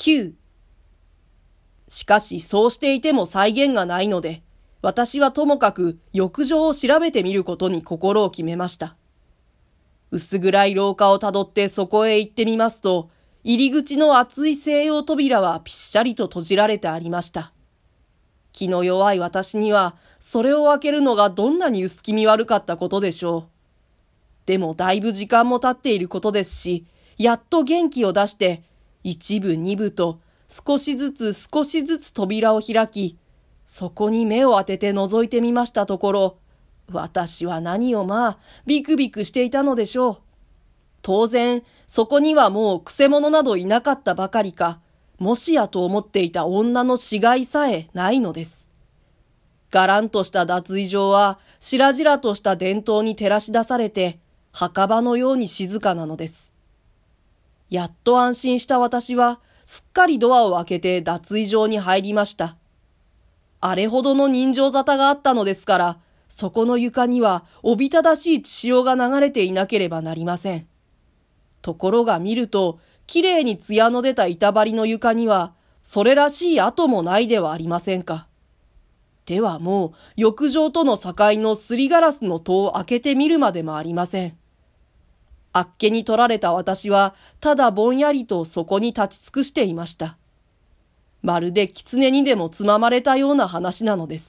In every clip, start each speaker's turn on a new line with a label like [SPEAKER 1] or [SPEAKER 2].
[SPEAKER 1] 9。しかしそうしていても際限がないので、私はともかく浴場を調べてみることに心を決めました。薄暗い廊下をたどってそこへ行ってみますと、入り口の厚い西洋扉はぴっしゃりと閉じられてありました。気の弱い私には、それを開けるのがどんなに薄気味悪かったことでしょう。でもだいぶ時間も経っていることですし、やっと元気を出して、一部二部と少しずつ扉を開き、そこに目を当てて覗いてみましたところ、私は何をビクビクしていたのでしょう。当然、そこにはもうくせ者などいなかったばかりか、もしやと思っていた女の死骸さえないのです。がらんとした脱衣場は、しらじらとした電灯に照らし出されて、墓場のように静かなのです。やっと安心した私は、すっかりドアを開けて脱衣場に入りました。あれほどの人情沙汰があったのですから、そこの床にはおびただしい血潮が流れていなければなりません。ところが見ると、きれいに艶の出た板張りの床には、それらしい跡もないではありませんか。ではもう、浴場との境のすりガラスの戸を開けてみるまでもありません。あっけに取られた私は、ただぼんやりとそこに立ち尽くしていました。まるで狐にでもつままれたような話なのです。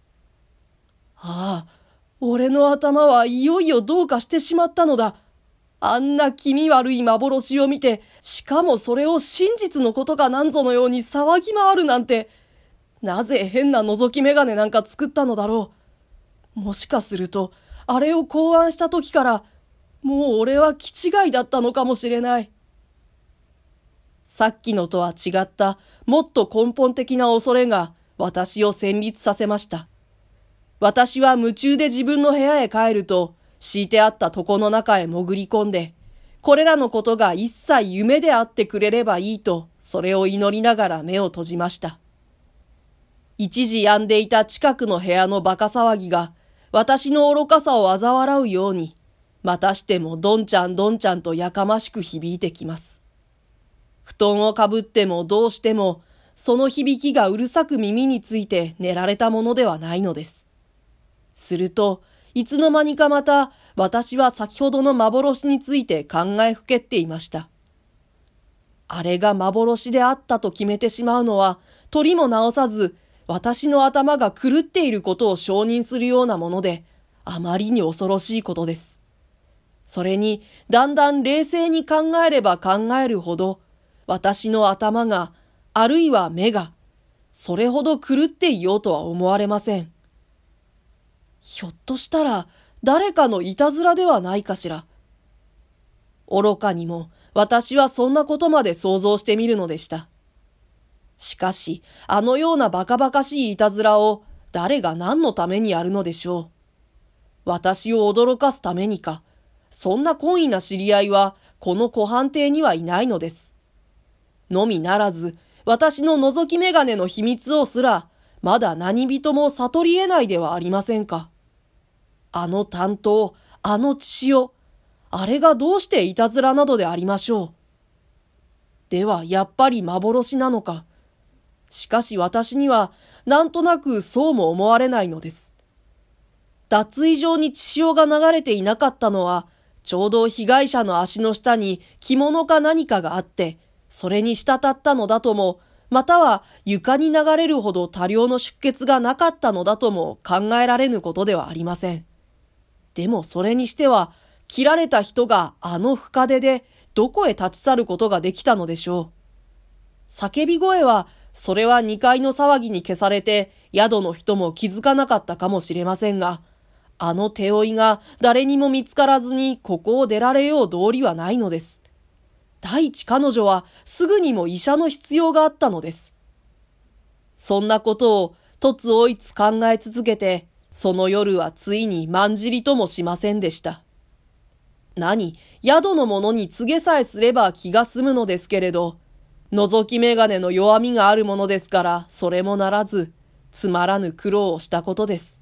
[SPEAKER 1] ああ、俺の頭はいよいよどうかしてしまったのだ。あんな気味悪い幻を見て、しかもそれを真実のことかなんぞのように騒ぎ回るなんて、なぜ変な覗き眼鏡なんか作ったのだろう。もしかすると、あれを考案した時から、もう俺は気違いだったのかもしれない。さっきのとは違った、もっと根本的な恐れが私を戦慄させました。私は夢中で自分の部屋へ帰ると、敷いてあった床の中へ潜り込んで、これらのことが一切夢であってくれればいいと、それを祈りながら目を閉じました。一時止んでいた近くの部屋の馬鹿騒ぎが、私の愚かさを嘲笑うように、またしてもどんちゃんとやかましく響いてきます。布団をかぶってもどうしても、その響きがうるさく耳について寝られたものではないのです。すると、いつの間にかまた私は先ほどの幻について考えふけっていました。あれが幻であったと決めてしまうのは、取りも直さず、私の頭が狂っていることを承認するようなもので、あまりに恐ろしいことです。それに、だんだん冷静に考えれば考えるほど、私の頭が、あるいは目が、それほど狂っていようとは思われません。ひょっとしたら誰かのいたずらではないかしら。愚かにも私はそんなことまで想像してみるのでした。しかし、あのようなバカバカしいいたずらを誰が何のためにやるのでしょう。私を驚かすためにか、そんな懇意な知り合いはこの湖畔邸にはいないのです。のみならず、私の覗き眼鏡の秘密をすら、まだ何人も悟り得ないではありませんか。あの担当、あの血潮、あれがどうしていたずらなどでありましょう。ではやっぱり幻なのか。しかし私にはなんとなくそうも思われないのです。脱衣場に血潮が流れていなかったのは、ちょうど被害者の足の下に着物か何かがあって、それに滴ったのだとも、または床に流れるほど多量の出血がなかったのだとも考えられぬことではありません。でもそれにしては、切られた人があの深手でどこへ立ち去ることができたのでしょう。叫び声は、それは2階の騒ぎに消されて、宿の人も気づかなかったかもしれませんが、あの手負いが誰にも見つからずにここを出られよう道理はないのです。第一彼女はすぐにも医者の必要があったのです。そんなことをとつおいつ考え続けて、その夜はついにまんじりともしませんでした。宿の者に告げさえすれば気が済むのですけれど、覗き眼鏡の弱みがあるものですから、それもならず、つまらぬ苦労をしたことです。